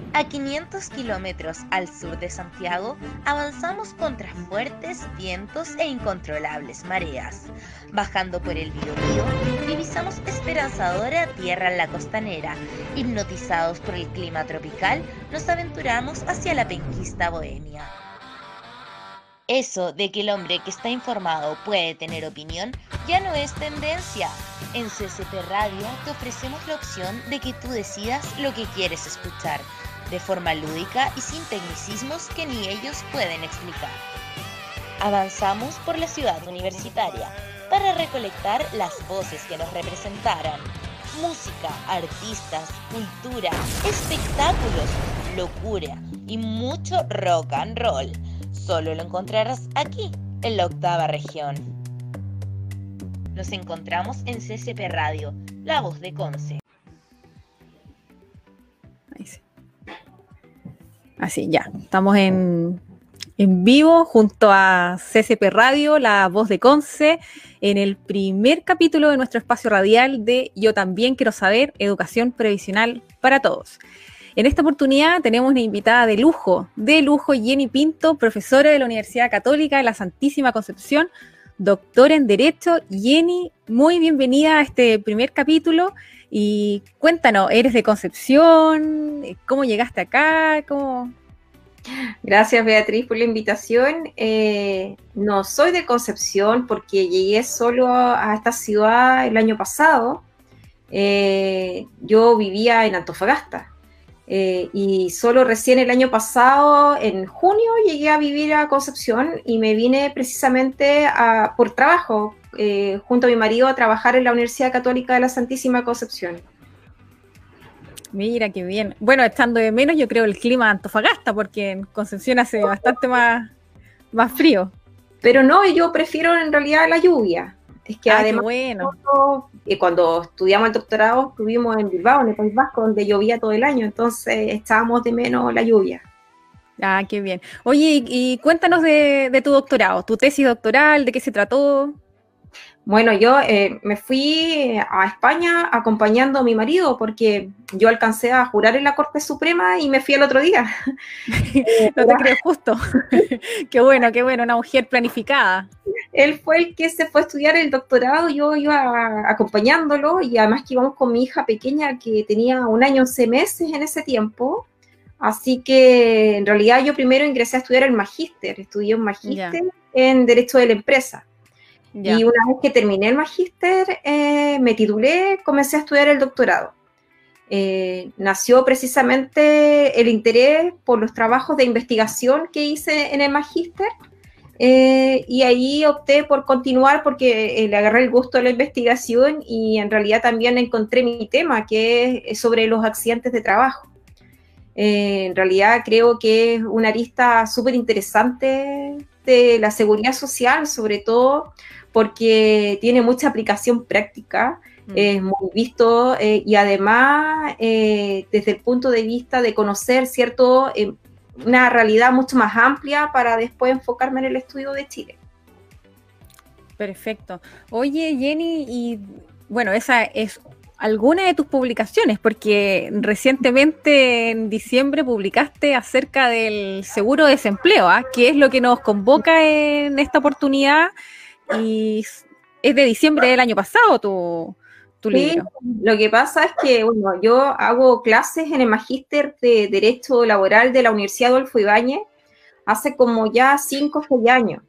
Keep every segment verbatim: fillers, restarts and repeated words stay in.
A quinientos kilómetros al sur de Santiago, avanzamos contra fuertes vientos e incontrolables mareas. Bajando por el Biobío, divisamos esperanzadora tierra en la costanera. Hipnotizados por el clima tropical, nos aventuramos hacia la penquista bohemia. Eso de que el hombre que está informado puede tener opinión ya no es tendencia. En C C P Radio te ofrecemos la opción de que tú decidas lo que quieres escuchar, de forma lúdica y sin tecnicismos que ni ellos pueden explicar. Avanzamos por la ciudad universitaria para recolectar las voces que nos representaran. Música, artistas, cultura, espectáculos, locura y mucho rock and roll. Solo lo encontrarás aquí, en la octava región. Nos encontramos en C C P Radio, la voz de Conce. Ahí sí. Así, ya. Estamos en, en vivo junto a C C P Radio, la voz de Conce, en el primer capítulo de nuestro espacio radial de Yo también quiero saber, educación previsional para todos. En esta oportunidad tenemos una invitada de lujo, de lujo, Jenny Pinto, profesora de la Universidad Católica de la Santísima Concepción, doctora en Derecho. Jenny, muy bienvenida a este primer capítulo y cuéntanos, ¿eres de Concepción? ¿Cómo llegaste acá? ¿Cómo...? Gracias, Beatriz, por la invitación. Eh, no soy de Concepción porque llegué solo a esta ciudad el año pasado. Eh, yo vivía en Antofagasta. Eh, y solo recién el año pasado, en junio, llegué a vivir a Concepción y me vine precisamente a, por trabajo, eh, junto a mi marido, a trabajar en la Universidad Católica de la Santísima Concepción. Mira, qué bien. Bueno, estando de menos, yo creo el clima de Antofagasta, porque en Concepción hace bastante más, más frío. Pero no, yo prefiero en realidad la lluvia. Es que ah, además, bueno. nosotros, eh, cuando estudiamos el doctorado, estuvimos en Bilbao, en el País Vasco, donde llovía todo el año, entonces echábamos de menos la lluvia. Ah, qué bien. Oye, y, y cuéntanos de, de tu doctorado, tu tesis doctoral, ¿de qué se trató? Bueno, yo eh, me fui a España acompañando a mi marido, porque yo alcancé a jurar en la Corte Suprema y me fui el otro día. No te creo justo. Qué bueno, qué bueno, una mujer planificada. Él fue el que se fue a estudiar el doctorado, yo iba acompañándolo y además que íbamos con mi hija pequeña que tenía un año, once meses en ese tiempo. Así que en realidad yo primero ingresé a estudiar el magíster, estudié un magíster yeah. en Derecho de la Empresa. Yeah. Y una vez que terminé el magíster, eh, me titulé, comencé a estudiar el doctorado. Eh, nació precisamente el interés por los trabajos de investigación que hice en el magíster. Eh, y ahí opté por continuar porque eh, le agarré el gusto a la investigación y en realidad también encontré mi tema, que es sobre los accidentes de trabajo. Eh, en realidad creo que es una arista súper interesante de la seguridad social, sobre todo porque tiene mucha aplicación práctica, mm. es muy visto eh, y además eh, desde el punto de vista de conocer cierto... Eh, una realidad mucho más amplia para después enfocarme en el estudio de Chile. Perfecto. Oye, Jenny, y bueno, esa es alguna de tus publicaciones, porque recientemente en diciembre publicaste acerca del seguro de desempleo, ¿eh? Que es lo que nos convoca en esta oportunidad, y es de diciembre del año pasado tu... Tu libro. Sí, lo que pasa es que bueno, yo hago clases en el Magíster de Derecho Laboral de la Universidad Adolfo Ibáñez hace como ya cinco o seis años.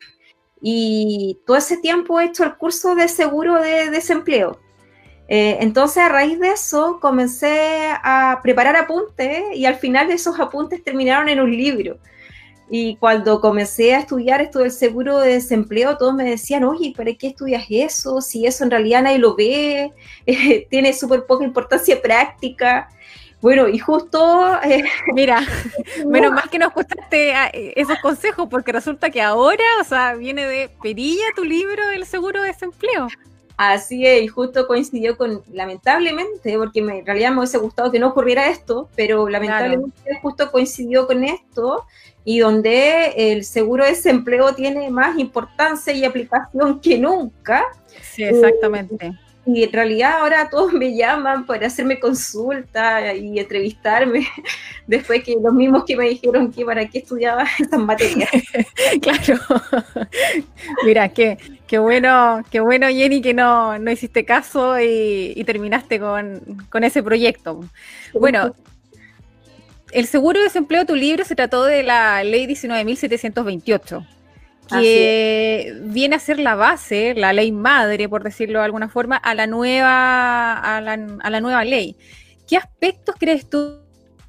Y todo ese tiempo he hecho el curso de seguro de desempleo. Eh, entonces, a raíz de eso, comencé a preparar apuntes y al final esos apuntes terminaron en un libro. Y cuando comencé a estudiar esto del seguro de desempleo, todos me decían, oye, ¿para qué estudias eso? Si eso en realidad nadie lo ve, eh, tiene súper poca importancia práctica. Bueno, y justo... Eh, Mira, menos mal que nos escuchaste esos consejos, porque resulta que ahora, o sea, viene de perilla tu libro del seguro de desempleo. Así es, y justo coincidió con, lamentablemente, porque me, en realidad me hubiese gustado que no ocurriera esto, pero lamentablemente claro. justo coincidió con esto, y donde el seguro de desempleo tiene más importancia y aplicación que nunca. Sí, exactamente. Eh, y en realidad ahora todos me llaman para hacerme consulta y entrevistarme, después que los mismos que me dijeron que para qué estudiaba estas materias. Claro. Mira, qué, qué bueno, qué bueno, Jenny, que no, no hiciste caso y, y terminaste con, con ese proyecto. Bueno, el seguro de desempleo, tu libro, se trató de la ley diecinueve mil setecientos veintiocho, que viene a ser la base, la ley madre, por decirlo de alguna forma, a la nueva, a la, a la nueva ley. ¿Qué aspectos crees tú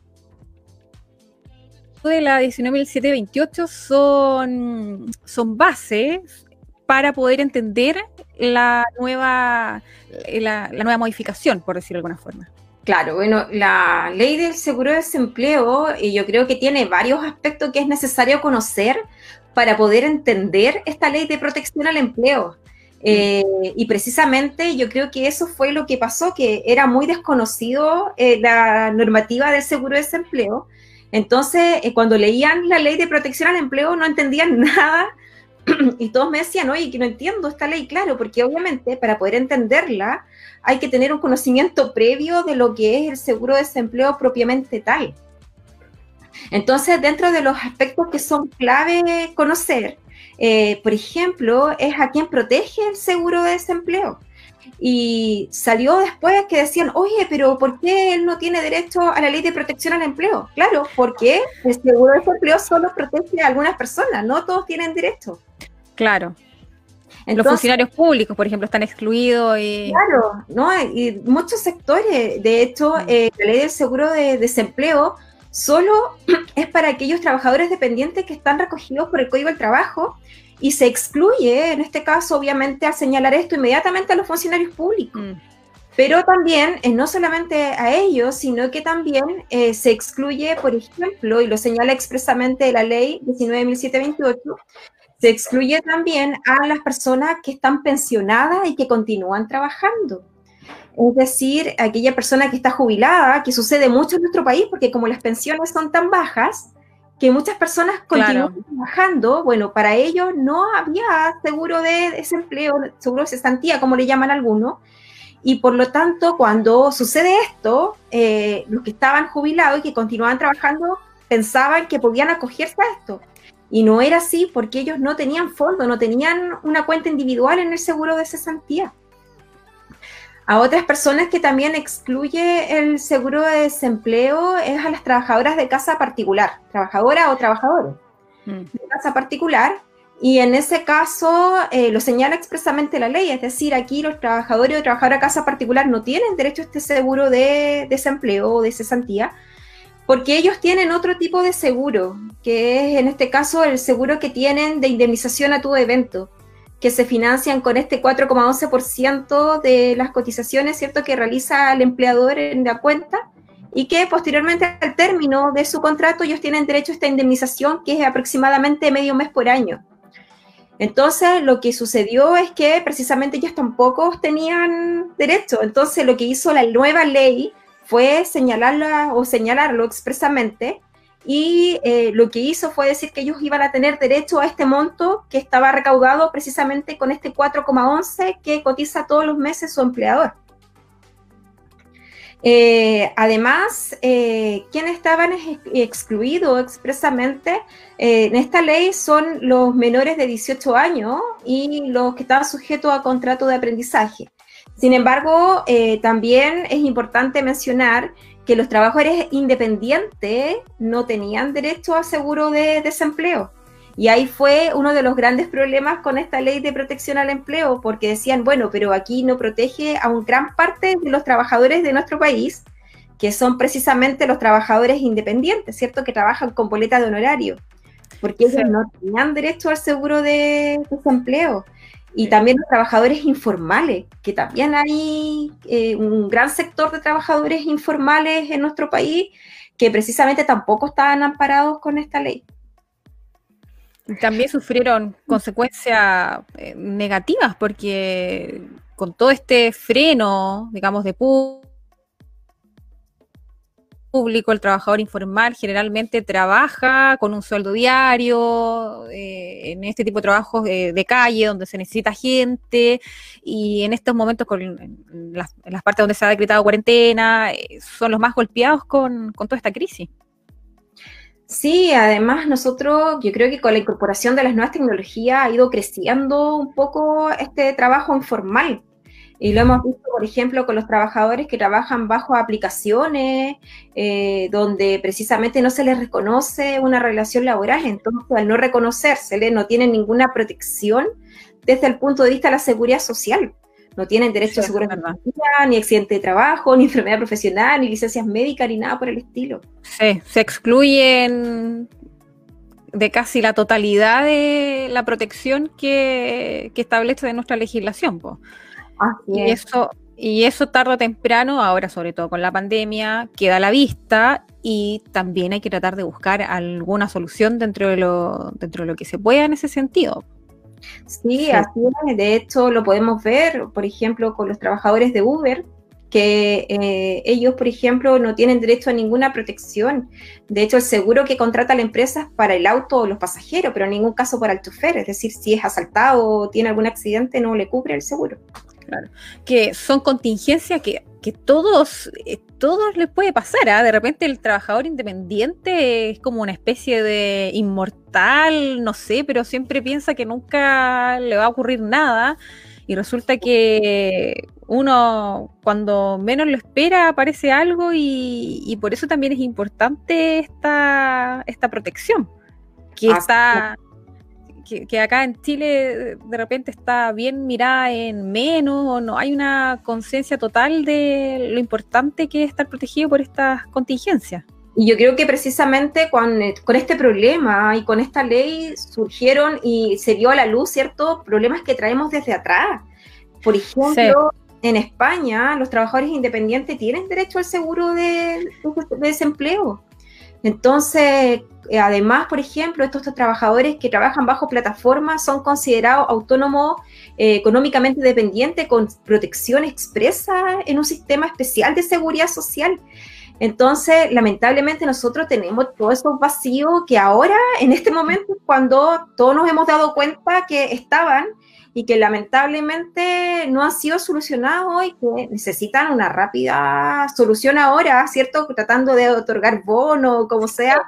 de la diecinueve mil setecientos veintiocho son, son bases para poder entender la nueva, la, la nueva modificación, por decirlo de alguna forma? Claro, bueno, la ley del seguro de desempleo, y yo creo que tiene varios aspectos que es necesario conocer para poder entender esta ley de protección al empleo. Eh, y precisamente yo creo que eso fue lo que pasó, que era muy desconocido eh, la normativa del seguro de desempleo. Entonces, eh, cuando leían la ley de protección al empleo no entendían nada y todos me decían, oye, que no entiendo esta ley, claro, porque obviamente para poder entenderla hay que tener un conocimiento previo de lo que es el seguro de desempleo propiamente tal. Entonces, dentro de los aspectos que son clave conocer, eh, por ejemplo, es a quién protege el seguro de desempleo. Y salió después que decían, oye, pero ¿por qué él no tiene derecho a la ley de protección al empleo? Claro, porque el seguro de desempleo solo protege a algunas personas, no todos tienen derecho. Claro. Entonces, los funcionarios públicos, por ejemplo, están excluidos. Y... Claro, ¿no? Y muchos sectores, de hecho, eh, la ley del seguro de desempleo solo es para aquellos trabajadores dependientes que están recogidos por el Código del Trabajo y se excluye, en este caso, obviamente, al señalar esto inmediatamente a los funcionarios públicos. Mm. Pero también, eh, no solamente a ellos, sino que también eh, se excluye, por ejemplo, y lo señala expresamente la ley diecinueve mil setecientos veintiocho, se excluye también a las personas que están pensionadas y que continúan trabajando. Es decir, aquella persona que está jubilada, que sucede mucho en nuestro país, porque como las pensiones son tan bajas, que muchas personas continúan claro. trabajando, bueno, para ellos no había seguro de desempleo, seguro de cesantía, como le llaman algunos, y por lo tanto, cuando sucede esto, eh, los que estaban jubilados y que continuaban trabajando pensaban que podían acogerse a esto. Y no era así porque ellos no tenían fondo, no tenían una cuenta individual en el seguro de cesantía. A otras personas que también excluye el seguro de desempleo es a las trabajadoras de casa particular, trabajadoras o trabajadores mm. de casa particular, y en ese caso eh, lo señala expresamente la ley, es decir, aquí los trabajadores o trabajadoras de casa particular no tienen derecho a este seguro de desempleo o de cesantía, porque ellos tienen otro tipo de seguro, que es en este caso el seguro que tienen de indemnización a todo evento, que se financian con este cuatro coma once por ciento de las cotizaciones, ¿cierto?, que realiza el empleador en la cuenta, y que posteriormente al término de su contrato ellos tienen derecho a esta indemnización, que es aproximadamente medio mes por año. Entonces, lo que sucedió es que precisamente ellos tampoco tenían derecho. Entonces, lo que hizo la nueva ley fue señalarla o señalarlo expresamente, y eh, lo que hizo fue decir que ellos iban a tener derecho a este monto que estaba recaudado precisamente con este cuatro coma once que cotiza todos los meses su empleador. Eh, además, eh, quienes estaban ex excluidos expresamente eh, en esta ley son los menores de dieciocho años y los que estaban sujetos a contrato de aprendizaje. Sin embargo, eh, también es importante mencionar que los trabajadores independientes no tenían derecho a seguro de desempleo. Y ahí fue uno de los grandes problemas con esta ley de protección al empleo, porque decían, bueno, pero aquí no protege a una gran parte de los trabajadores de nuestro país, que son precisamente los trabajadores independientes, ¿cierto?, que trabajan con boleta de honorario, porque ellos sí. no tenían derecho al seguro de desempleo. Y también los trabajadores informales, que también hay eh, un gran sector de trabajadores informales en nuestro país que precisamente tampoco estaban amparados con esta ley. También sufrieron consecuencias eh, negativas, porque con todo este freno, digamos, de pu público, el trabajador informal generalmente trabaja con un sueldo diario, eh, en este tipo de trabajos de, de calle, donde se necesita gente, y en estos momentos, con en las, en las partes donde se ha decretado cuarentena, eh, son los más golpeados con, con toda esta crisis. Sí, además nosotros, yo creo que con la incorporación de las nuevas tecnologías ha ido creciendo un poco este trabajo informal. Y lo hemos visto, por ejemplo, con los trabajadores que trabajan bajo aplicaciones, eh, donde precisamente no se les reconoce una relación laboral. Entonces, al no reconocérsele, no tienen ninguna protección desde el punto de vista de la seguridad social. No tienen derecho sí, a seguro de vida, ni accidente de trabajo, ni enfermedad profesional, ni licencias médicas, ni nada por el estilo. Sí, se excluyen de casi la totalidad de la protección que, que establece de nuestra legislación, po. Así y es. eso y eso tarde o temprano, ahora sobre todo con la pandemia, queda a la vista, y también hay que tratar de buscar alguna solución dentro de lo, dentro de lo que se pueda en ese sentido. Sí, sí, así es. De hecho, lo podemos ver, por ejemplo, con los trabajadores de Uber, que eh, ellos, por ejemplo, no tienen derecho a ninguna protección. De hecho, el seguro que contrata la empresa es para el auto o los pasajeros, pero en ningún caso para el chofer. Es decir, si es asaltado o tiene algún accidente, no le cubre el seguro. Claro. Que son contingencias que, que todos, eh, todos les puede pasar, ¿eh? De repente el trabajador independiente es como una especie de inmortal, no sé, pero siempre piensa que nunca le va a ocurrir nada, y resulta que uno, cuando menos lo espera, aparece algo, y, y por eso también es importante esta, esta protección, que ah, está... Que, que acá en Chile de repente está bien mirada en menos, o no hay una conciencia total de lo importante que es estar protegido por estas contingencias. Y yo creo que precisamente con, con este problema y con esta ley surgieron y se dio a la luz, ¿cierto?, problemas que traemos desde atrás. Por ejemplo, sí. En España los trabajadores independientes tienen derecho al seguro de, de desempleo. Entonces, además, por ejemplo, estos, estos trabajadores que trabajan bajo plataformas son considerados autónomos eh, económicamente dependientes, con protección expresa en un sistema especial de seguridad social. Entonces, lamentablemente, nosotros tenemos todos esos vacíos que ahora, en este momento, cuando todos nos hemos dado cuenta que estaban y que lamentablemente no han sido solucionados y que necesitan una rápida solución ahora, ¿cierto? Tratando de otorgar bonos, como sea,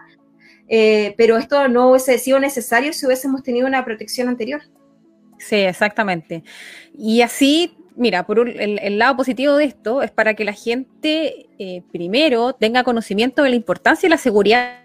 eh, pero esto no hubiese sido necesario si hubiésemos tenido una protección anterior. Sí, exactamente. Y así, mira, por un, el, el lado positivo de esto es para que la gente, eh, primero, tenga conocimiento de la importancia de la seguridad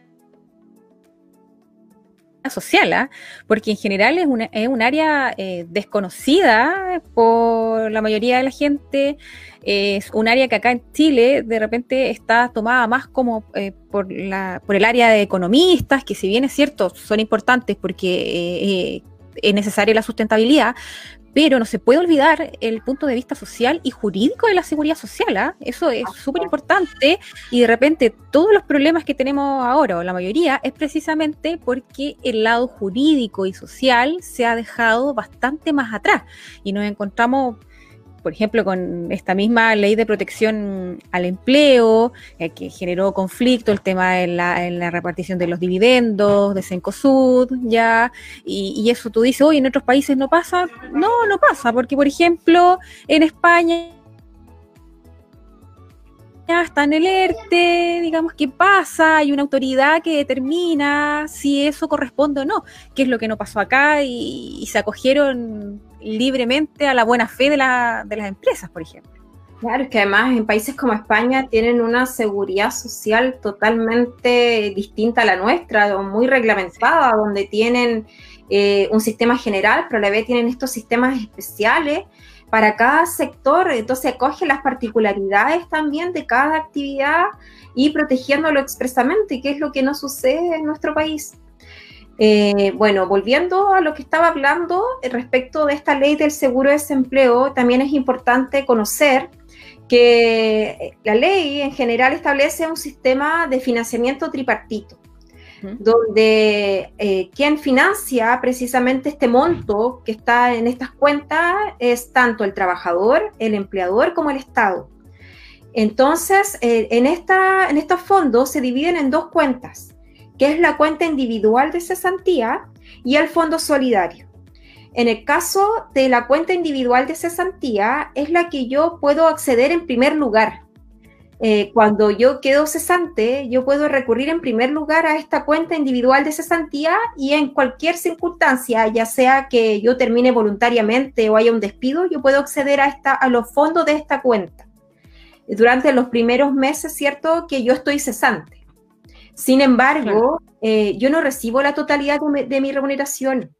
social, ¿eh? Porque en general es, una, es un área eh, desconocida por la mayoría de la gente, es un área que acá en Chile de repente está tomada más como eh, por, la, por el área de economistas, que si bien es cierto, son importantes porque eh, es necesaria la sustentabilidad, pero no se puede olvidar el punto de vista social y jurídico de la seguridad social, ¿eh? Eso es súper importante, y de repente todos los problemas que tenemos ahora, o la mayoría, es precisamente porque el lado jurídico y social se ha dejado bastante más atrás, y nos encontramos, por ejemplo, con esta misma ley de protección al empleo, eh, que generó conflicto, el tema de la, en la repartición de los dividendos, de Cencosud, ya, y, y eso tú dices, oye, en otros países no pasa. No, no pasa, porque, por ejemplo, en España ya está en el ERTE, digamos, ¿qué pasa? Hay una autoridad que determina si eso corresponde o no, que es lo que no pasó acá, y, y se acogieron libremente a la buena fe de, la, de las empresas, por ejemplo. Claro, es que además en países como España tienen una seguridad social totalmente distinta a la nuestra, muy reglamentada, donde tienen eh, un sistema general, pero a la vez tienen estos sistemas especiales para cada sector. Entonces acoge las particularidades también de cada actividad y protegiéndolo expresamente, que es lo que no sucede en nuestro país. Eh, bueno, volviendo a lo que estaba hablando respecto de esta ley del seguro de desempleo, también es importante conocer que la ley en general establece un sistema de financiamiento tripartito, uh-huh. donde eh, quien financia precisamente este monto que está en estas cuentas es tanto el trabajador, el empleador como el Estado. Entonces, eh, en, esta, en estos fondos se dividen en dos cuentas, que es la cuenta individual de cesantía y el fondo solidario. En el caso de la cuenta individual de cesantía, es la que yo puedo acceder en primer lugar. Eh, cuando yo quedo cesante, yo puedo recurrir en primer lugar a esta cuenta individual de cesantía y en cualquier circunstancia, ya sea que yo termine voluntariamente o haya un despido, yo puedo acceder a, esta, a los fondos de esta cuenta durante los primeros meses, ¿cierto?, que yo estoy cesante. Sin embargo, claro. eh, yo no recibo la totalidad de mi, de mi remuneración.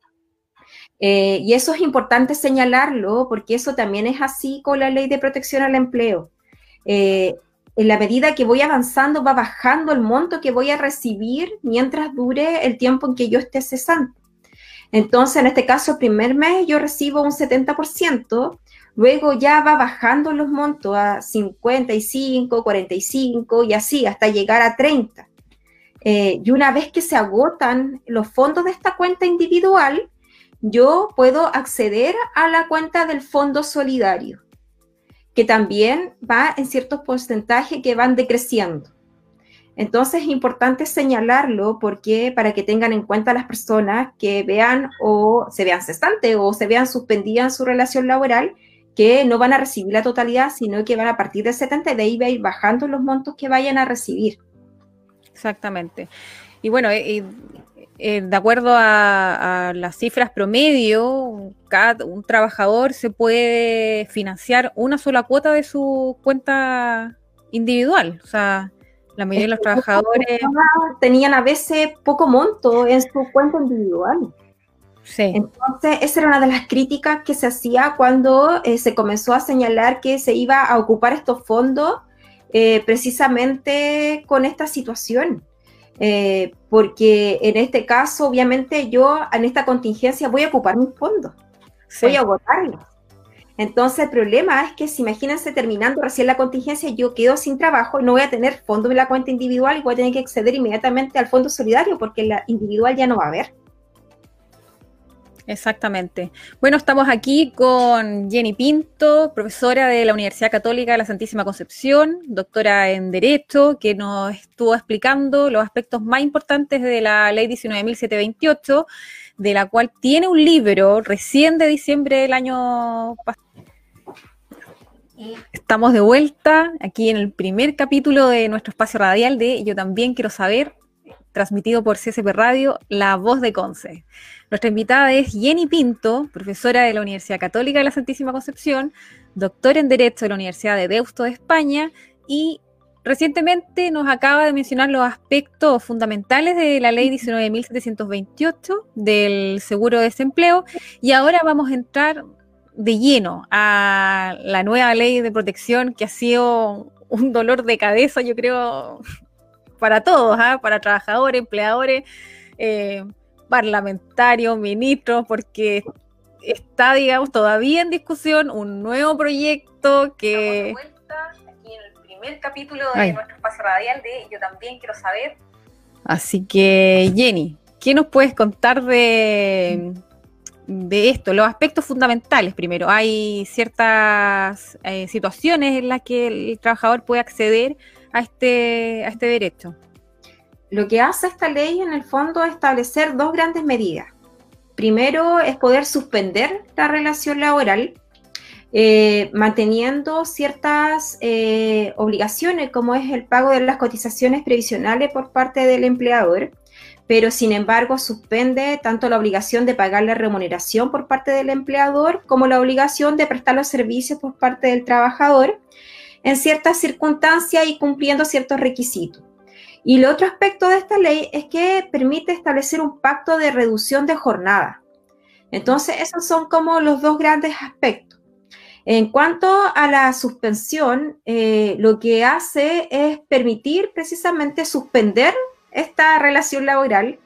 Eh, y eso es importante señalarlo, porque eso también es así con la Ley de Protección al Empleo. Eh, en la medida que voy avanzando, va bajando el monto que voy a recibir mientras dure el tiempo en que yo esté cesante. Entonces, en este caso, el primer mes yo recibo un setenta por ciento, luego ya va bajando los montos a cincuenta y cinco, cuarenta y cinco y así hasta llegar a treinta. Eh, y una vez que se agotan los fondos de esta cuenta individual, yo puedo acceder a la cuenta del fondo solidario, que también va en ciertos porcentajes que van decreciendo. Entonces es importante señalarlo porque para que tengan en cuenta las personas que vean o se vean cesantes o se vean suspendidas en su relación laboral, que no van a recibir la totalidad, sino que van a partir del setenta y de ahí va a ir bajando los montos que vayan a recibir. Exactamente. Y bueno, eh, eh, de acuerdo a, a las cifras promedio, cada un trabajador se puede financiar una sola cuota de su cuenta individual. O sea, la mayoría de los trabajadores tenían a veces poco monto en su cuenta individual. Sí. Entonces, esa era una de las críticas que se hacía cuando eh, se comenzó a señalar que se iba a ocupar estos fondos eh, precisamente con esta situación. Eh, porque en este caso, obviamente, yo en esta contingencia voy a ocupar mis fondos, sí. voy a agotarlos. Entonces, el problema es que si imagínense terminando recién la contingencia, yo quedo sin trabajo y no voy a tener fondo en la cuenta individual y voy a tener que acceder inmediatamente al fondo solidario porque la individual ya no va a haber. Exactamente. Bueno, estamos aquí con Jenny Pinto, profesora de la Universidad Católica de la Santísima Concepción, doctora en Derecho, que nos estuvo explicando los aspectos más importantes de la Ley diecinueve mil setecientos veintiocho, de la cual tiene un libro recién de diciembre del año pasado. Estamos de vuelta aquí en el primer capítulo de nuestro espacio radial de Yo También Quiero Saber, transmitido por C S P Radio, La Voz de Conce. Nuestra invitada es Jenny Pinto, profesora de la Universidad Católica de la Santísima Concepción, doctora en Derecho de la Universidad de Deusto de España y recientemente nos acaba de mencionar los aspectos fundamentales de la Ley diecinueve mil setecientos veintiocho del seguro de desempleo y ahora vamos a entrar de lleno a la nueva ley de protección que ha sido un dolor de cabeza, yo creo, para todos, ¿eh? Para trabajadores, empleadores, eh, parlamentarios, ministros, porque está, digamos, todavía en discusión un nuevo proyecto que... Estamos de vuelta aquí en el primer capítulo de Ay. nuestro espacio radial de Yo También Quiero Saber. Así que, Jenny, ¿qué nos puedes contar de, de esto? Los aspectos fundamentales, primero. Hay ciertas eh, situaciones en las que el trabajador puede acceder a este, a este derecho. Lo que hace esta ley en el fondo es establecer dos grandes medidas. Primero es poder suspender la relación laboral eh, manteniendo ciertas eh, obligaciones como es el pago de las cotizaciones previsionales por parte del empleador, pero sin embargo suspende tanto la obligación de pagar la remuneración por parte del empleador como la obligación de prestar los servicios por parte del trabajador en ciertas circunstancias y cumpliendo ciertos requisitos. Y el otro aspecto de esta ley es que permite establecer un pacto de reducción de jornada. Entonces, esos son como los dos grandes aspectos. En cuanto a la suspensión, eh, lo que hace es permitir precisamente suspender esta relación laboral,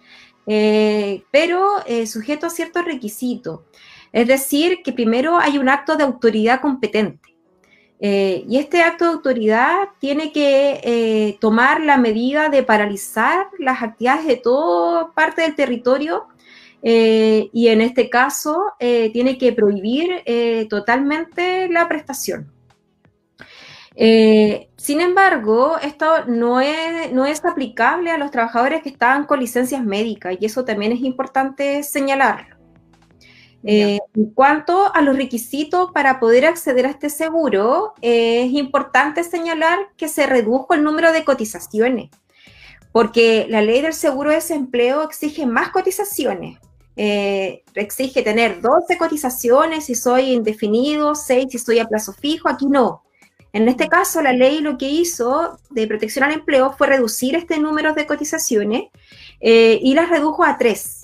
eh, pero eh, sujeto a ciertos requisitos. Es decir, que primero hay un acto de autoridad competente. Eh, y este acto de autoridad tiene que eh, tomar la medida de paralizar las actividades de toda parte del territorio eh, y en este caso eh, tiene que prohibir eh, totalmente la prestación. Eh, sin embargo, esto no es, no es aplicable a los trabajadores que están con licencias médicas y eso también es importante señalarlo. Eh, en cuanto a los requisitos para poder acceder a este seguro, eh, es importante señalar que se redujo el número de cotizaciones, porque la ley del seguro de desempleo exige más cotizaciones. Eh, exige tener doce cotizaciones si soy indefinido, seis si estoy a plazo fijo, aquí no. En este caso, la ley lo que hizo de protección al empleo fue reducir este número de cotizaciones eh, y las redujo a tres.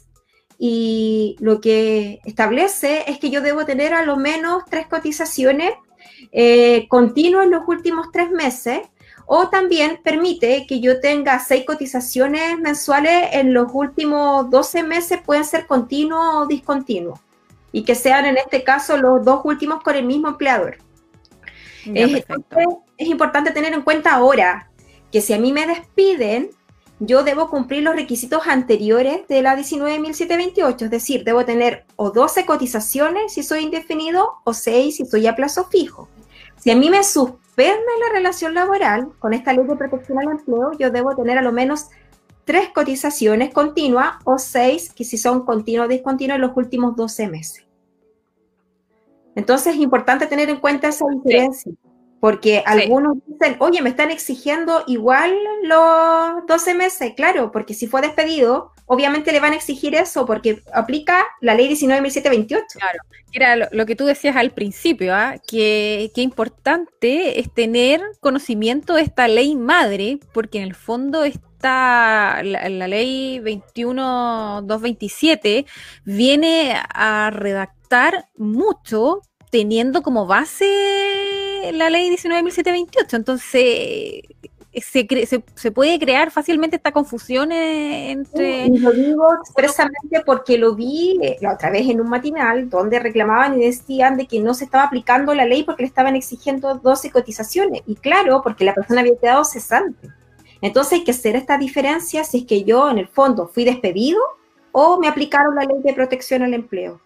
Y lo que establece es que yo debo tener a lo menos tres cotizaciones eh, continuas en los últimos tres meses, o también permite que yo tenga seis cotizaciones mensuales en los últimos doce meses, pueden ser continuos o discontinuos, y que sean en este caso los dos últimos con el mismo empleador. Ya, es, es importante tener en cuenta ahora que si a mí me despiden, yo debo cumplir los requisitos anteriores de la diecinueve mil setecientos veintiocho, es decir, debo tener o doce cotizaciones si soy indefinido o seis si estoy a plazo fijo. Si a mí me suspende la relación laboral con esta ley de protección al empleo, yo debo tener a lo menos tres cotizaciones continuas o seis que si son continuas o discontinuas en los últimos doce meses. Entonces es importante tener en cuenta esa diferencia. Sí. Porque sí. Algunos dicen, oye, me están exigiendo igual los doce meses. Claro, porque si fue despedido, obviamente le van a exigir eso, porque aplica la ley diecinueve mil setecientos veintiocho. Claro, era lo, lo que tú decías al principio, ¿eh? que, que importante es tener conocimiento de esta ley madre, porque en el fondo está la, la ley veintiuno mil doscientos veintisiete viene a redactar mucho teniendo como base la ley diecinueve mil setecientos veintiocho, entonces se, cre se, se puede crear fácilmente esta confusión entre... Y lo digo expresamente porque lo vi la otra vez en un matinal donde reclamaban y decían de que no se estaba aplicando la ley porque le estaban exigiendo doce cotizaciones, y claro, porque la persona había quedado cesante. Entonces hay que hacer esta diferencia si es que yo en el fondo fui despedido o me aplicaron la ley de protección al empleo.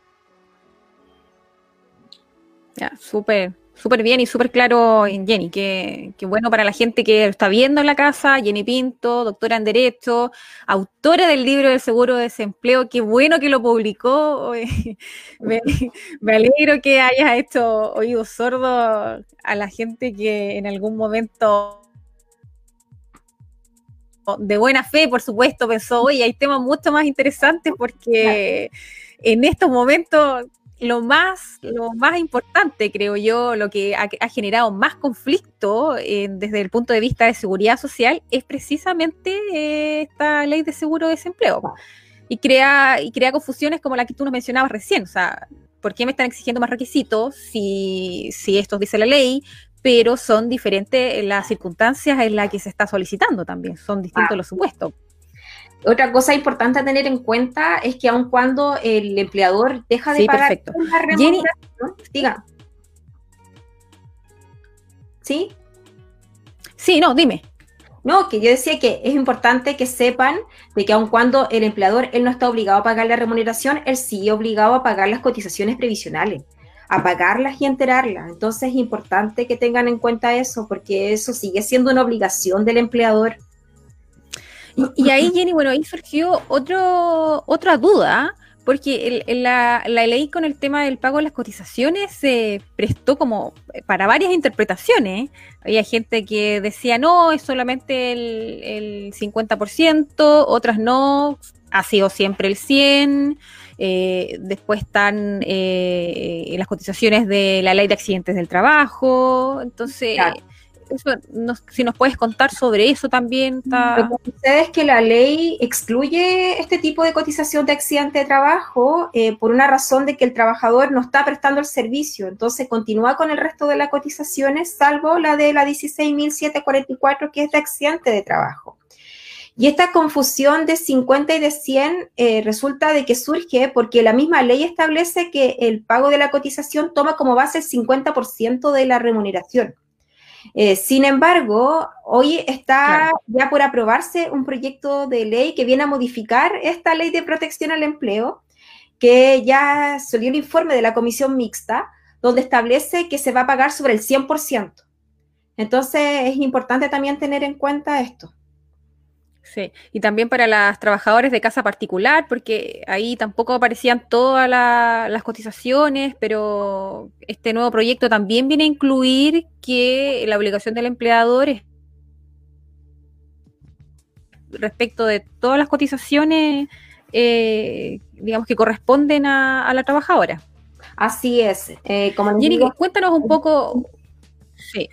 Ya, súper, súper bien y súper claro, Jenny, que, que bueno para la gente que está viendo en la casa. Jenny Pinto, doctora en Derecho, autora del libro del seguro de desempleo, qué bueno que lo publicó. me, me alegro que hayas hecho oídos sordos a la gente que en algún momento de buena fe, por supuesto, pensó, oye, hay temas mucho más interesantes, porque en estos momentos lo más, lo más importante, creo yo, lo que ha, ha generado más conflicto eh, desde el punto de vista de seguridad social es precisamente eh, esta ley de seguro de desempleo. Y crea, y crea confusiones como la que tú nos mencionabas recién. O sea, ¿por qué me están exigiendo más requisitos si, si esto dice la ley? Pero son diferentes las circunstancias en las que se está solicitando también. Son distintos ah. los supuestos. Otra cosa importante a tener en cuenta es que aun cuando el empleador deja de sí, pagar perfecto. la remuneración, diga. ¿Sí? Sí, no, dime. No, que yo decía que es importante que sepan de que aun cuando el empleador, él no está obligado a pagar la remuneración, él sí es obligado a pagar las cotizaciones previsionales, a pagarlas y enterarlas. Entonces es importante que tengan en cuenta eso, porque eso sigue siendo una obligación del empleador. Y, y ahí, Jenny, bueno, ahí surgió otro, otra duda, porque el, el, la, la ley con el tema del pago de las cotizaciones se prestó como para varias interpretaciones. Había gente que decía, no, es solamente el, el cincuenta por ciento, otras no, ha sido siempre el cien por ciento. Eh, después están eh, las cotizaciones de la ley de accidentes del trabajo. Entonces... Claro. Eso, nos, si nos puedes contar sobre eso también. Está... Lo que sucede es que la ley excluye este tipo de cotización de accidente de trabajo eh, por una razón de que el trabajador no está prestando el servicio, entonces continúa con el resto de las cotizaciones, salvo la de la dieciséis mil setecientos cuarenta y cuatro, que es de accidente de trabajo. Y esta confusión de cincuenta y de cien eh, resulta de que surge porque la misma ley establece que el pago de la cotización toma como base el cincuenta por ciento de la remuneración. Eh, sin embargo, hoy está claro. ya por aprobarse un proyecto de ley que viene a modificar esta ley de protección al empleo, que ya salió el informe de la comisión mixta, donde establece que se va a pagar sobre el cien por ciento. Entonces es importante también tener en cuenta esto. Sí, y también para las trabajadoras de casa particular, porque ahí tampoco aparecían todas la- las cotizaciones, pero este nuevo proyecto también viene a incluir que la obligación del empleador es respecto de todas las cotizaciones, eh, digamos, que corresponden a, a la trabajadora. Así es. Eh, como les Jenny, digo, cuéntanos un poco, sí,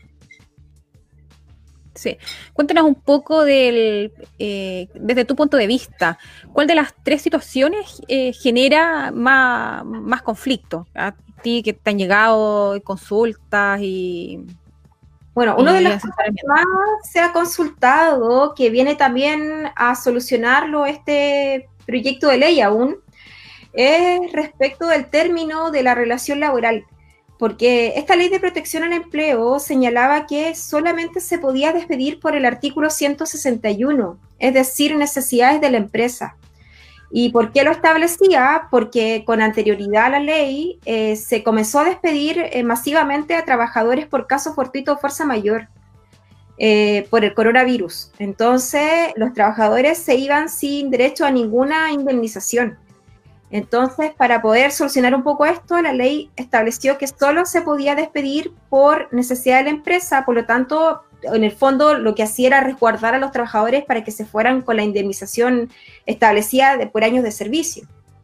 sí, cuéntanos un poco del, eh, desde tu punto de vista, ¿cuál de las tres situaciones eh, genera más, más conflicto? A ti que te han llegado consultas y, bueno, uno de y los cosas que más se ha consultado, que viene también a solucionarlo este proyecto de ley aún, es respecto del término de la relación laboral, porque esta ley de protección al empleo señalaba que solamente se podía despedir por el artículo ciento sesenta y uno, es decir, necesidades de la empresa. ¿Y por qué lo establecía? Porque con anterioridad a la ley eh, se comenzó a despedir eh, masivamente a trabajadores por caso fortuito o fuerza mayor eh, por el coronavirus. Entonces, los trabajadores se iban sin derecho a ninguna indemnización. Entonces, para poder solucionar un poco esto, la ley estableció que solo se podía despedir por necesidad de la empresa, por lo tanto, en el fondo lo que hacía era resguardar a los trabajadores para que se fueran con la indemnización establecida de, por años de servicio.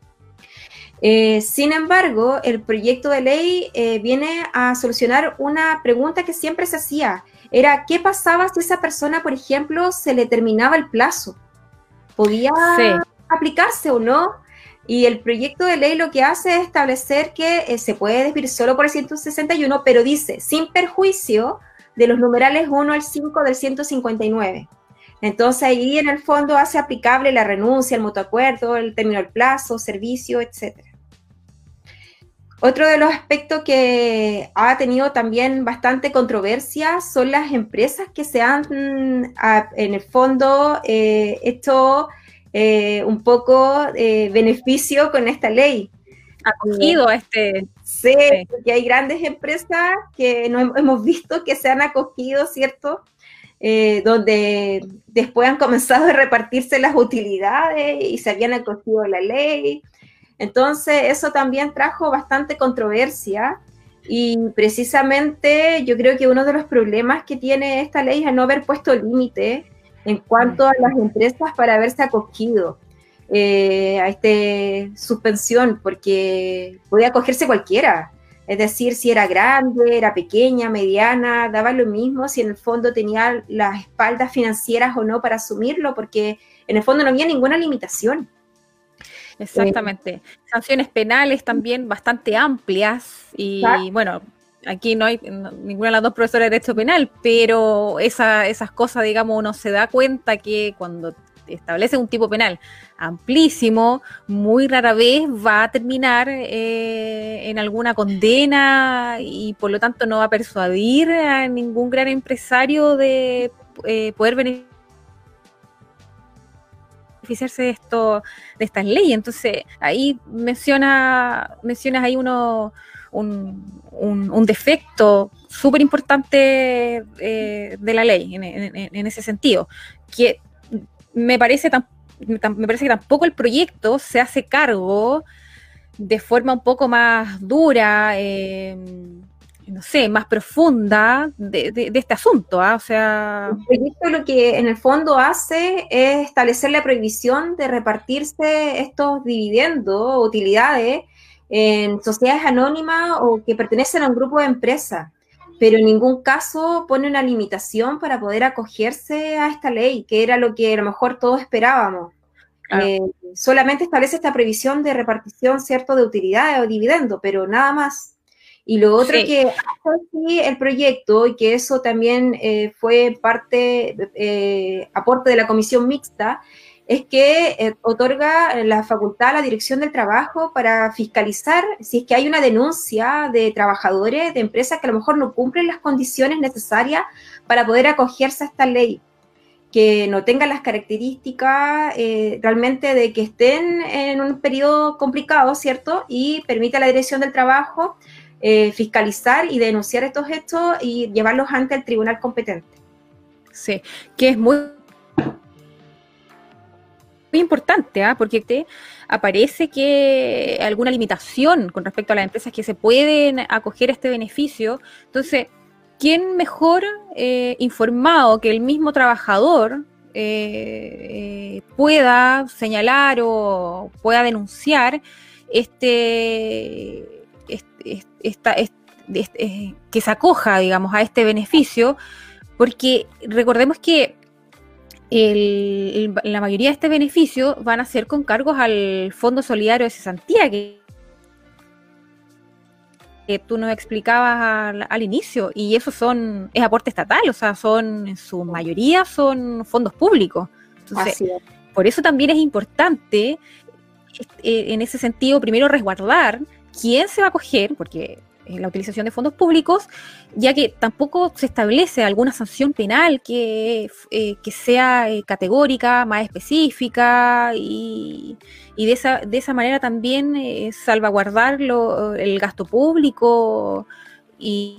Eh, sin embargo, el proyecto de ley eh, viene a solucionar una pregunta que siempre se hacía, era ¿qué pasaba si esa persona, por ejemplo, se le terminaba el plazo? ¿Podía sí. aplicarse o no? Y el proyecto de ley lo que hace es establecer que eh, se puede despedir solo por el ciento sesenta y uno, pero dice, sin perjuicio de los numerales uno al cinco del ciento cincuenta y nueve. Entonces ahí en el fondo hace aplicable la renuncia, el mutuo acuerdo, el término del plazo, servicio, etcétera. Otro de los aspectos que ha tenido también bastante controversia son las empresas que se han, en el fondo, eh, hecho eh, un poco de beneficio con esta ley. Acogido a este... Sí, sí, porque hay grandes empresas que no hemos visto que se han acogido, ¿cierto? Eh, donde después han comenzado a repartirse las utilidades y se habían acogido a la ley. Entonces, eso también trajo bastante controversia y precisamente yo creo que uno de los problemas que tiene esta ley es no haber puesto límite en cuanto a las empresas para haberse acogido eh, a esta suspensión, porque podía acogerse cualquiera. Es decir, si era grande, era pequeña, mediana, daba lo mismo si en el fondo tenía las espaldas financieras o no para asumirlo, porque en el fondo no había ninguna limitación. Exactamente. Eh, Sanciones penales también bastante amplias y ¿sabes? Bueno, aquí no hay no, ninguna de las dos profesoras de Derecho Penal, pero esa, esas cosas, digamos, uno se da cuenta que cuando establece un tipo penal amplísimo, muy rara vez va a terminar eh, en alguna condena y por lo tanto no va a persuadir a ningún gran empresario de eh, poder beneficiar beneficiarse de esto, de estas leyes. Entonces, ahí menciona, mencionas ahí uno, un, un, un defecto súper importante eh, de la ley en, en, en ese sentido, que me parece, tan, me parece que tampoco el proyecto se hace cargo de forma un poco más dura, eh, no sé, más profunda de, de, de este asunto, ¿eh? O sea... El proyecto lo que en el fondo hace es establecer la prohibición de repartirse estos dividendos, utilidades, en sociedades anónimas o que pertenecen a un grupo de empresas, pero en ningún caso pone una limitación para poder acogerse a esta ley, que era lo que a lo mejor todos esperábamos. Claro. Eh, solamente establece esta prohibición de repartición, ¿cierto?, de utilidades o dividendos, pero nada más. Y lo otro sí. que hace el proyecto, y que eso también eh, fue parte, eh, aporte de la comisión mixta, es que eh, otorga la facultad a la Dirección del Trabajo para fiscalizar si es que hay una denuncia de trabajadores de empresas que a lo mejor no cumplen las condiciones necesarias para poder acogerse a esta ley, que no tengan las características eh, realmente de que estén en un periodo complicado, ¿cierto? Y permite a la Dirección del Trabajo eh, fiscalizar y denunciar estos hechos y llevarlos ante el tribunal competente. Sí, que es muy, muy importante, ¿eh? Porque te aparece que alguna limitación con respecto a las empresas que se pueden acoger a este beneficio. Entonces, ¿quién mejor eh, informado que el mismo trabajador eh, eh, pueda señalar o pueda denunciar este, este, esta, este, este, que se acoja, digamos, a este beneficio? Porque recordemos que el, el, la mayoría de este beneficio van a ser con cargos al Fondo Solidario de Cesantía, que, que tú nos explicabas al, al inicio, y eso son es aporte estatal, o sea, son en su mayoría son fondos públicos. Entonces, por eso también es importante, eh, en ese sentido, primero resguardar quién se va a acoger, porque la utilización de fondos públicos, ya que tampoco se establece alguna sanción penal que, eh, que sea eh, categórica, más específica, y, y de, esa, de esa manera también eh, salvaguardar lo, el gasto público y,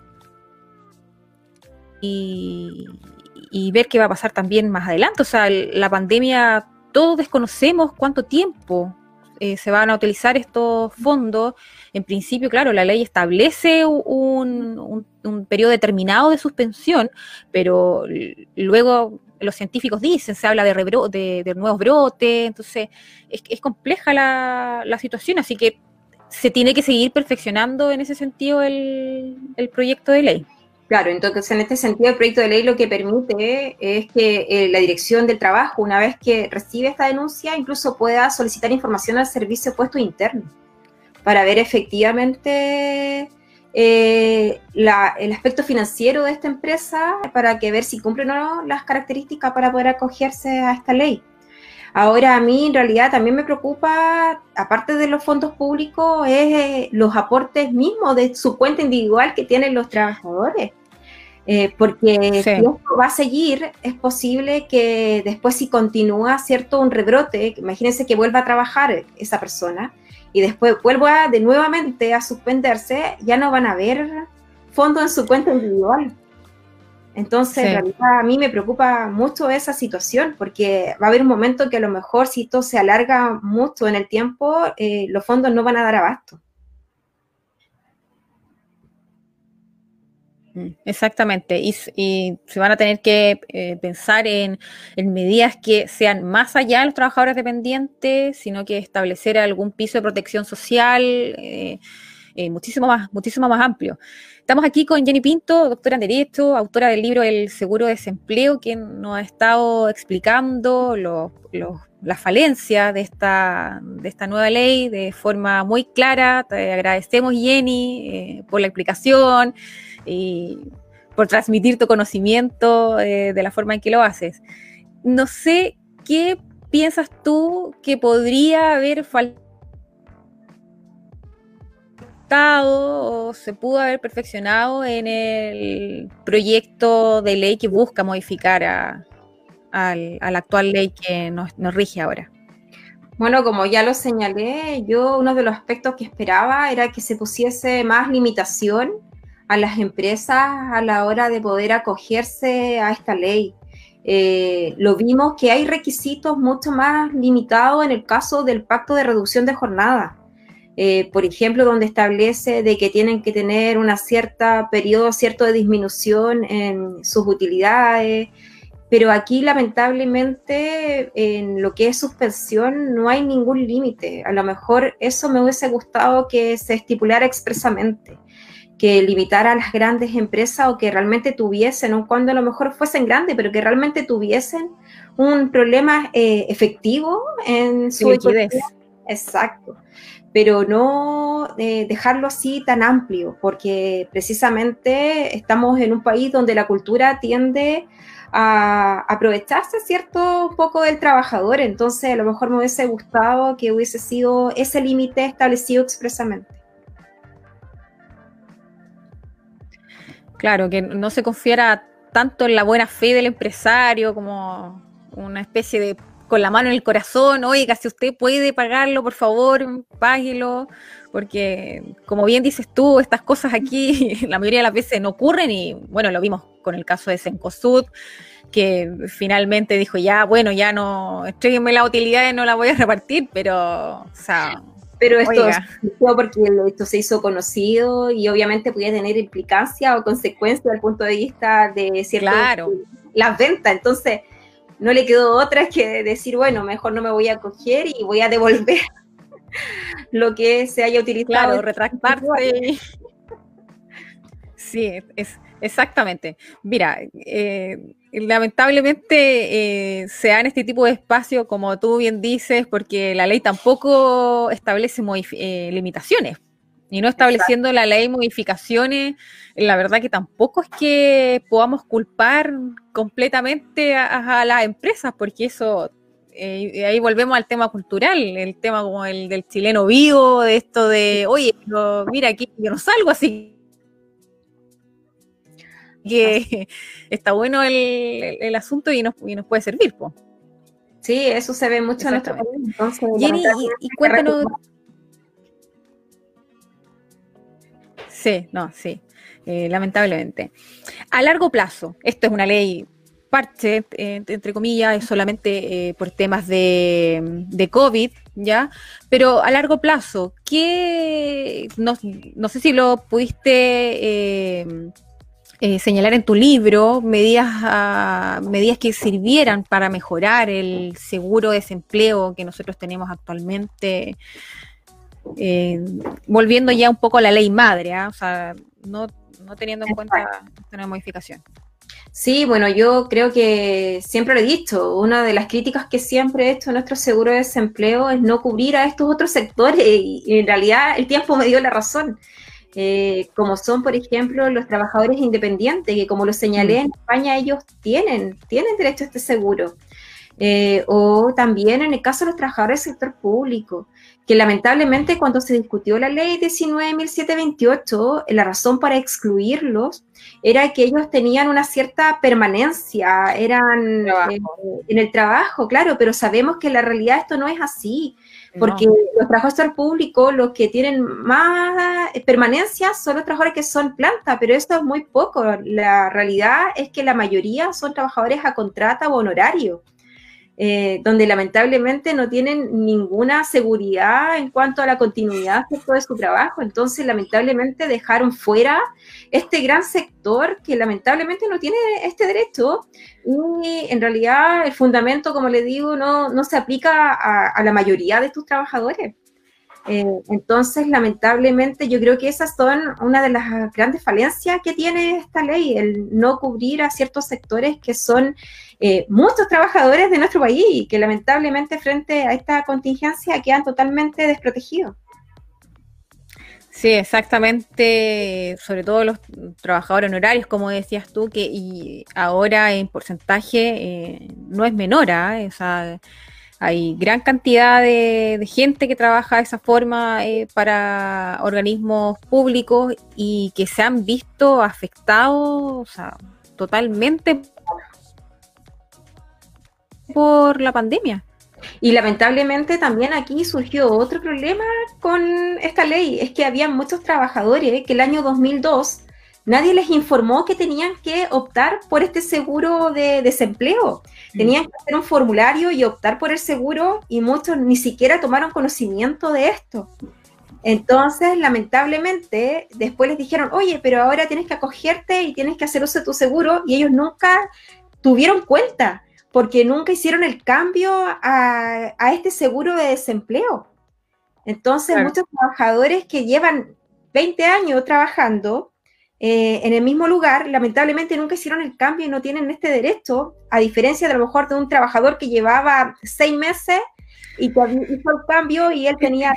y, y ver qué va a pasar también más adelante. O sea, la pandemia, todos desconocemos cuánto tiempo Eh, se van a utilizar estos fondos. En principio, claro, la ley establece un, un, un periodo determinado de suspensión, pero luego los científicos dicen, se habla de, rebro de, de nuevos brotes, entonces es, es compleja la, la situación, así que se tiene que seguir perfeccionando en ese sentido el, el proyecto de ley. Claro, entonces en este sentido el proyecto de ley lo que permite es que eh, la Dirección del Trabajo, una vez que recibe esta denuncia, incluso pueda solicitar información al Servicio de Puestos Internos para ver efectivamente eh, la, el aspecto financiero de esta empresa, para que ver si cumplen o no las características para poder acogerse a esta ley. Ahora, a mí en realidad también me preocupa, aparte de los fondos públicos, es eh, los aportes mismos de su cuenta individual que tienen los trabajadores. Eh, porque sí. Si esto va a seguir, es posible que después, si continúa, ¿cierto?, un rebrote, imagínense que vuelva a trabajar esa persona y después vuelva de nuevamente a suspenderse, ya no van a haber fondos en su cuenta individual. Entonces, sí. En realidad, a mí me preocupa mucho esa situación, porque va a haber un momento que a lo mejor, si esto se alarga mucho en el tiempo, eh, los fondos no van a dar abasto. Exactamente, y, y se van a tener que eh, pensar en, en medidas que sean más allá de los trabajadores dependientes, sino que establecer algún piso de protección social eh, eh, muchísimo más, muchísimo más amplio. Estamos aquí con Jenny Pinto, doctora en Derecho, autora del libro El Seguro de Desempleo, quien nos ha estado explicando lo, lo, la falencia de esta, de esta nueva ley de forma muy clara. Te agradecemos, Jenny, eh, por la explicación y por transmitir tu conocimiento eh, de la forma en que lo haces. No sé qué piensas tú que podría haber faltado o se pudo haber perfeccionado en el proyecto de ley que busca modificar a, a, a la actual ley que nos, nos rige ahora. Bueno, como ya lo señalé, yo uno de los aspectos que esperaba era que se pusiese más limitación a las empresas a la hora de poder acogerse a esta ley. Eh, lo vimos que hay requisitos mucho más limitados en el caso del pacto de reducción de jornada. Eh, por ejemplo, donde establece de que tienen que tener una cierta periodo cierto de disminución en sus utilidades, pero aquí lamentablemente en lo que es suspensión no hay ningún límite. A lo mejor eso me hubiese gustado que se estipulara expresamente, que limitara a las grandes empresas o que realmente tuviesen, o cuando a lo mejor fuesen grandes, pero que realmente tuviesen un problema eh, efectivo en su liquidez. Exacto. Pero no eh, dejarlo así tan amplio, porque precisamente estamos en un país donde la cultura tiende a aprovecharse, ¿cierto?, un poco del trabajador. Entonces a lo mejor me hubiese gustado que hubiese sido ese límite establecido expresamente. Claro, que no se confiara tanto en la buena fe del empresario como una especie de con la mano en el corazón, oiga, si usted puede pagarlo, por favor, páguelo, porque como bien dices tú, estas cosas aquí la mayoría de las veces no ocurren y bueno, lo vimos con el caso de Cencosud, que finalmente dijo, ya, bueno, ya no, entréguenme la utilidad y no la voy a repartir, pero, o sea... Pero esto oiga. fue porque esto se hizo conocido y obviamente podía tener implicancia o consecuencia desde el punto de vista de ciertas claro. las ventas. Entonces, no le quedó otra que decir, bueno, mejor no me voy a acoger y voy a devolver lo que se haya utilizado. Claro, retractarse. Sí, es exactamente. Mira, eh, lamentablemente eh, se dan este tipo de espacio, como tú bien dices, porque la ley tampoco establece eh, limitaciones. Y no estableciendo Exacto. la ley modificaciones, la verdad que tampoco es que podamos culpar completamente a, a las empresas, porque eso, eh, ahí volvemos al tema cultural, el tema como el del chileno vivo, de esto de, oye, pero mira, aquí yo no salgo así. Que está bueno el, el, el asunto y nos, y nos puede servir, po. Sí, eso se ve mucho en nuestro país. Entonces, Jenny, y, y cuéntanos. Sí, no, sí, eh, lamentablemente. A largo plazo, esto es una ley parche, eh, entre comillas, es solamente eh, por temas de, de COVID, ¿ya? Pero a largo plazo, ¿qué? No, no sé si lo pudiste... Eh, Eh, señalar en tu libro medidas, uh, medidas que sirvieran para mejorar el seguro de desempleo que nosotros tenemos actualmente, eh, volviendo ya un poco a la ley madre, ¿eh? O sea, no, no teniendo en cuenta esta modificación. Sí, bueno, yo creo que siempre lo he dicho, una de las críticas que siempre he hecho a nuestro seguro de desempleo es no cubrir a estos otros sectores y, y en realidad el tiempo me dio la razón. Eh, como son, por ejemplo, los trabajadores independientes, que como lo señalé, mm. en España ellos tienen, tienen derecho a este seguro. Eh, o también en el caso de los trabajadores del sector público, que lamentablemente cuando se discutió la ley diecinueve mil setecientos veintiocho, la razón para excluirlos era que ellos tenían una cierta permanencia, eran eh, en el trabajo, claro, pero sabemos que en la realidad esto no es así. Porque no. Los trabajadores públicos, los que tienen más permanencia son los trabajadores que son planta, pero esto es muy poco. La realidad es que la mayoría son trabajadores a contrata o honorario, eh, donde lamentablemente no tienen ninguna seguridad en cuanto a la continuidad de su trabajo. Entonces, lamentablemente dejaron fuera este gran sector que lamentablemente no tiene este derecho. Y en realidad el fundamento, como les digo, no, no se aplica a, a la mayoría de estos trabajadores. Eh, entonces, lamentablemente, yo creo que esas son una de las grandes falencias que tiene esta ley, el no cubrir a ciertos sectores que son eh, muchos trabajadores de nuestro país y que lamentablemente frente a esta contingencia quedan totalmente desprotegidos. Sí, exactamente, sobre todo los trabajadores honorarios, como decías tú, que y ahora en porcentaje eh, no es menor, ¿eh? O sea, hay gran cantidad de, de gente que trabaja de esa forma eh, para organismos públicos y que se han visto afectados, o sea, totalmente por la pandemia. Y lamentablemente también aquí surgió otro problema con esta ley, es que había muchos trabajadores que el año dos mil dos nadie les informó que tenían que optar por este seguro de desempleo. Tenían que hacer un formulario y optar por el seguro y muchos ni siquiera tomaron conocimiento de esto. Entonces, lamentablemente, después les dijeron, oye, pero ahora tienes que acogerte y tienes que hacer uso de tu seguro, y ellos nunca tuvieron cuenta, porque nunca hicieron el cambio a, a este seguro de desempleo. Entonces, claro, muchos trabajadores que llevan veinte años trabajando eh, en el mismo lugar, lamentablemente nunca hicieron el cambio y no tienen este derecho, a diferencia de a lo mejor de un trabajador que llevaba seis meses y que hizo el cambio y él tenía...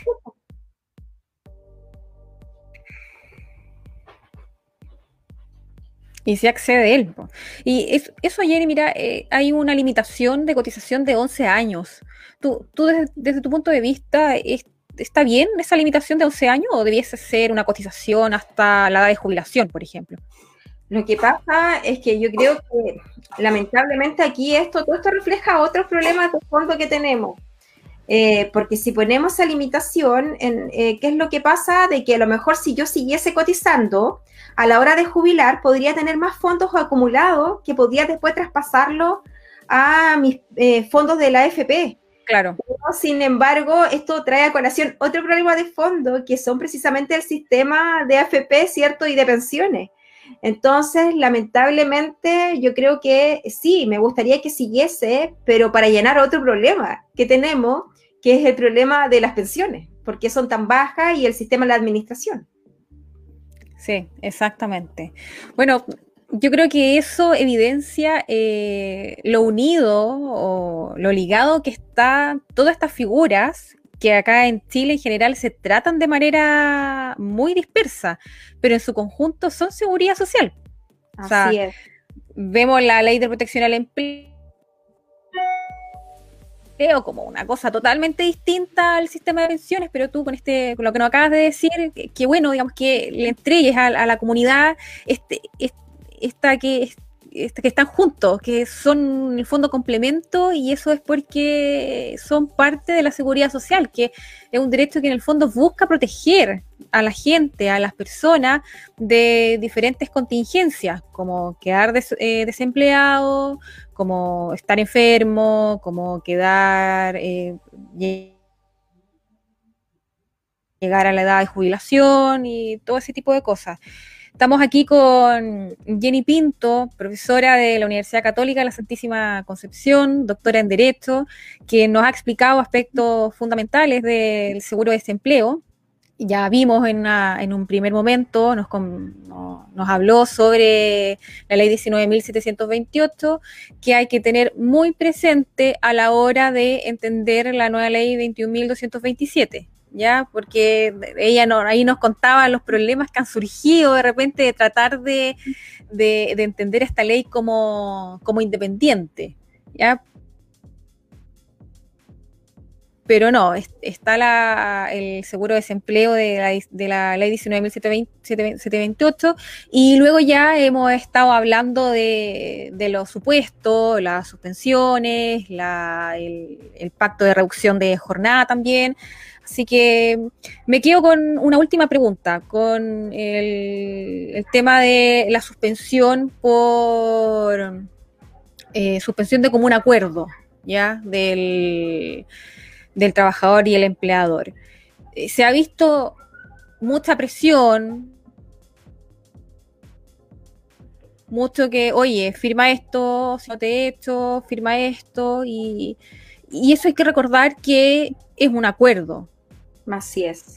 Y se accede a él. Y eso, eso Jenny, mira, eh, hay una limitación de cotización de once años. ¿Tú, tú desde, desde tu punto de vista, es, está bien esa limitación de once años o debiese ser una cotización hasta la edad de jubilación, por ejemplo? Lo que pasa es que yo creo que lamentablemente aquí esto, todo esto refleja otros problemas de fondo que tenemos. Eh, porque si ponemos esa limitación, en, eh, ¿qué es lo que pasa? De que a lo mejor si yo siguiese cotizando, a la hora de jubilar podría tener más fondos acumulados que podría después traspasarlo a mis eh, fondos de la A F P. Claro. Pero, sin embargo, esto trae a colación otro problema de fondo, que son precisamente el sistema de A F P, ¿cierto? Y de pensiones. Entonces, lamentablemente, yo creo que sí, me gustaría que siguiese, pero para llenar otro problema que tenemos, que es el problema de las pensiones, porque son tan bajas y el sistema de la administración. Sí, exactamente. Bueno, yo creo que eso evidencia eh, lo unido o lo ligado que está todas estas figuras que acá en Chile en general se tratan de manera muy dispersa, pero en su conjunto son seguridad social. Así o sea, es. Vemos la ley de protección al empleo como una cosa totalmente distinta al sistema de pensiones, pero tú con este, con lo que nos acabas de decir, que, que bueno, digamos que le entregues a, a la comunidad este, este, esta que que están juntos, que son en el fondo complemento, y eso es porque son parte de la seguridad social, que es un derecho que en el fondo busca proteger a la gente, a las personas de diferentes contingencias, como quedar des, eh, desempleado, como estar enfermo, como quedar eh, llegar a la edad de jubilación y todo ese tipo de cosas. Estamos aquí con Jenny Pinto, profesora de la Universidad Católica de la Santísima Concepción, doctora en Derecho, que nos ha explicado aspectos fundamentales del seguro de desempleo. Ya vimos en, una, en un primer momento, nos, nos, nos habló sobre la ley diecinueve mil setecientos veintiocho, que hay que tener muy presente a la hora de entender la nueva ley veintiún mil doscientos veintisiete. ¿Ya? Porque ella no, ahí nos contaba los problemas que han surgido de repente de tratar de, de, de entender esta ley como, como independiente, ¿ya? Pero no, está la, el seguro de desempleo de la, de la ley diecinueve mil setecientos veintiocho, y luego ya hemos estado hablando de, de los supuestos, las suspensiones, la, el, el pacto de reducción de jornada también. Así que me quedo con una última pregunta, con el, el tema de la suspensión por eh, suspensión de común acuerdo, ¿ya? Del, del trabajador y el empleador. Eh, se ha visto mucha presión, mucho que, oye, firma esto, si no te he hecho, firma esto, y, y eso hay que recordar que es un acuerdo. Así es.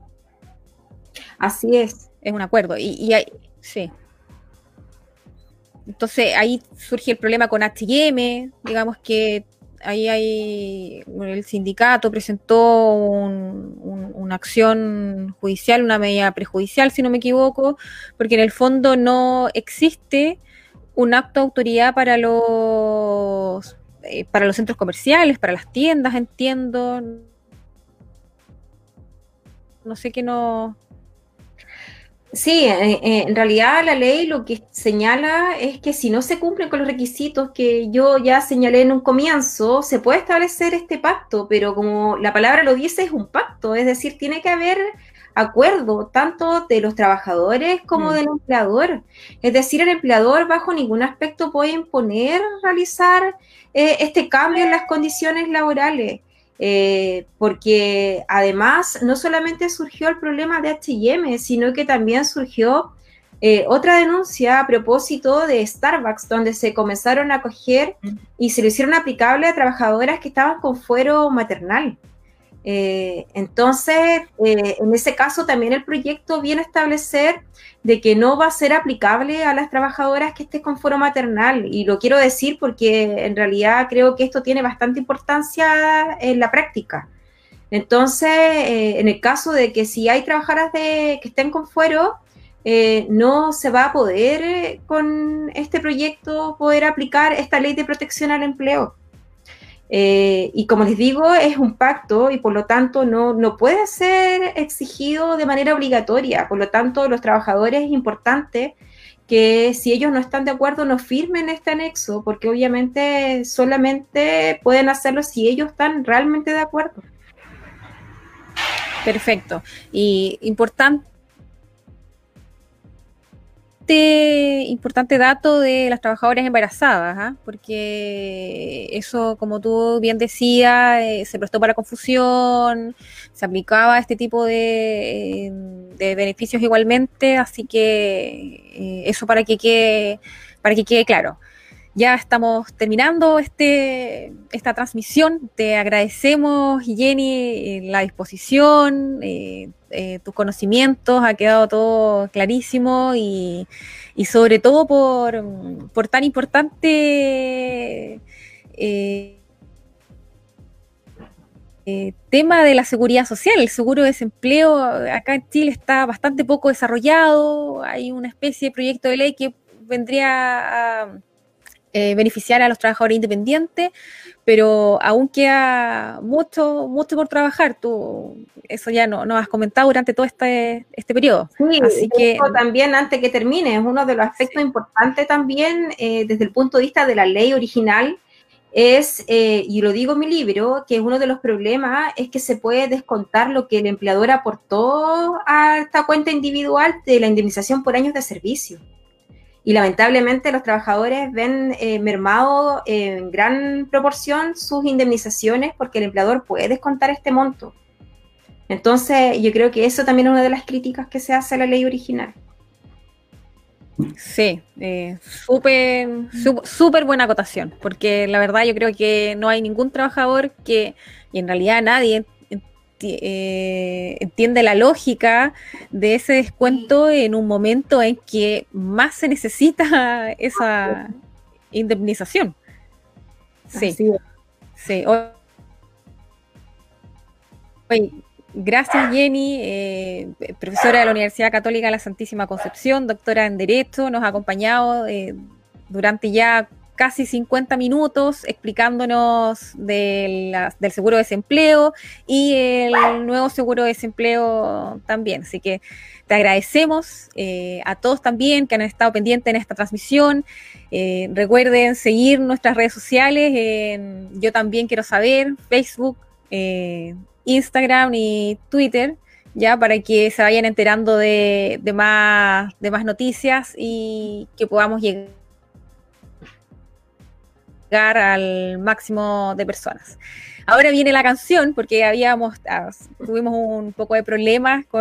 Así es. Es un acuerdo. Y, y hay, sí. Entonces ahí surge el problema con H y M, digamos que ahí hay, el sindicato presentó un, un, una acción judicial, una medida prejudicial, si no me equivoco, porque en el fondo no existe un acto de autoridad para los, eh, para los centros comerciales, para las tiendas, entiendo. No sé qué no... Sí, eh, en realidad la ley lo que señala es que si no se cumplen con los requisitos que yo ya señalé en un comienzo, se puede establecer este pacto, pero como la palabra lo dice, es un pacto, es decir, tiene que haber acuerdo tanto de los trabajadores como mm. del empleador. Es decir, el empleador bajo ningún aspecto puede imponer realizar eh, este cambio en las condiciones laborales. Eh, porque además no solamente surgió el problema de H y M, sino que también surgió eh, otra denuncia a propósito de Starbucks, donde se comenzaron a coger y se lo hicieron aplicable a trabajadoras que estaban con fuero maternal. Eh, entonces, eh, en ese caso también el proyecto viene a establecer de que no va a ser aplicable a las trabajadoras que estén con fuero maternal, y lo quiero decir porque en realidad creo que esto tiene bastante importancia en la práctica. Entonces, eh, en el caso de que si hay trabajadoras de, que estén con fuero, eh, no se va a poder eh, con este proyecto poder aplicar esta ley de protección al empleo. Eh, y como les digo, es un pacto y por lo tanto no, no puede ser exigido de manera obligatoria. Por lo tanto, los trabajadores es importante que si ellos no están de acuerdo no firmen este anexo, porque obviamente solamente pueden hacerlo si ellos están realmente de acuerdo. Perfecto. Y importante, importante dato de las trabajadoras embarazadas, ¿eh? Porque eso, como tú bien decías, eh, se prestó para confusión, se aplicaba este tipo de, eh, de beneficios igualmente, así que eh, eso para que quede, para que quede claro. Ya estamos terminando este, esta transmisión. Te agradecemos, Jenny, la disposición, eh, eh, tus conocimientos, ha quedado todo clarísimo y, y sobre todo por, por tan importante eh, eh, tema de la seguridad social. El seguro de desempleo acá en Chile está bastante poco desarrollado. Hay una especie de proyecto de ley que vendría a Eh, beneficiar a los trabajadores independientes, pero aún queda mucho, mucho por trabajar. Tú eso ya no, no has comentado durante todo este, este periodo. Sí, así que también antes que termine, es uno de los aspectos sí. importantes también eh, desde el punto de vista de la ley original, es, eh, y lo digo en mi libro, que uno de los problemas es que se puede descontar lo que el empleador aportó a esta cuenta individual de la indemnización por años de servicio. Y lamentablemente los trabajadores ven eh, mermado eh, en gran proporción sus indemnizaciones porque el empleador puede descontar este monto. Entonces yo creo que eso también es una de las críticas que se hace a la ley original. Sí, eh, súper súper buena acotación, porque la verdad yo creo que no hay ningún trabajador que, y en realidad nadie, Eh, entiende la lógica de ese descuento en un momento en que más se necesita esa indemnización. Sí, sí. Oye, gracias, Jenny, eh, profesora de la Universidad Católica de la Santísima Concepción, doctora en Derecho, nos ha acompañado eh, durante ya casi cincuenta minutos explicándonos de la, del seguro de desempleo y el nuevo seguro de desempleo también. Así que te agradecemos eh, a todos también que han estado pendientes en esta transmisión. Eh, recuerden seguir nuestras redes sociales, en Yo También Quiero Saber, Facebook, eh, Instagram y Twitter, ya para que se vayan enterando de, de, más, de más noticias y que podamos llegar al máximo de personas. Ahora viene la canción, porque habíamos, tuvimos un poco de problemas con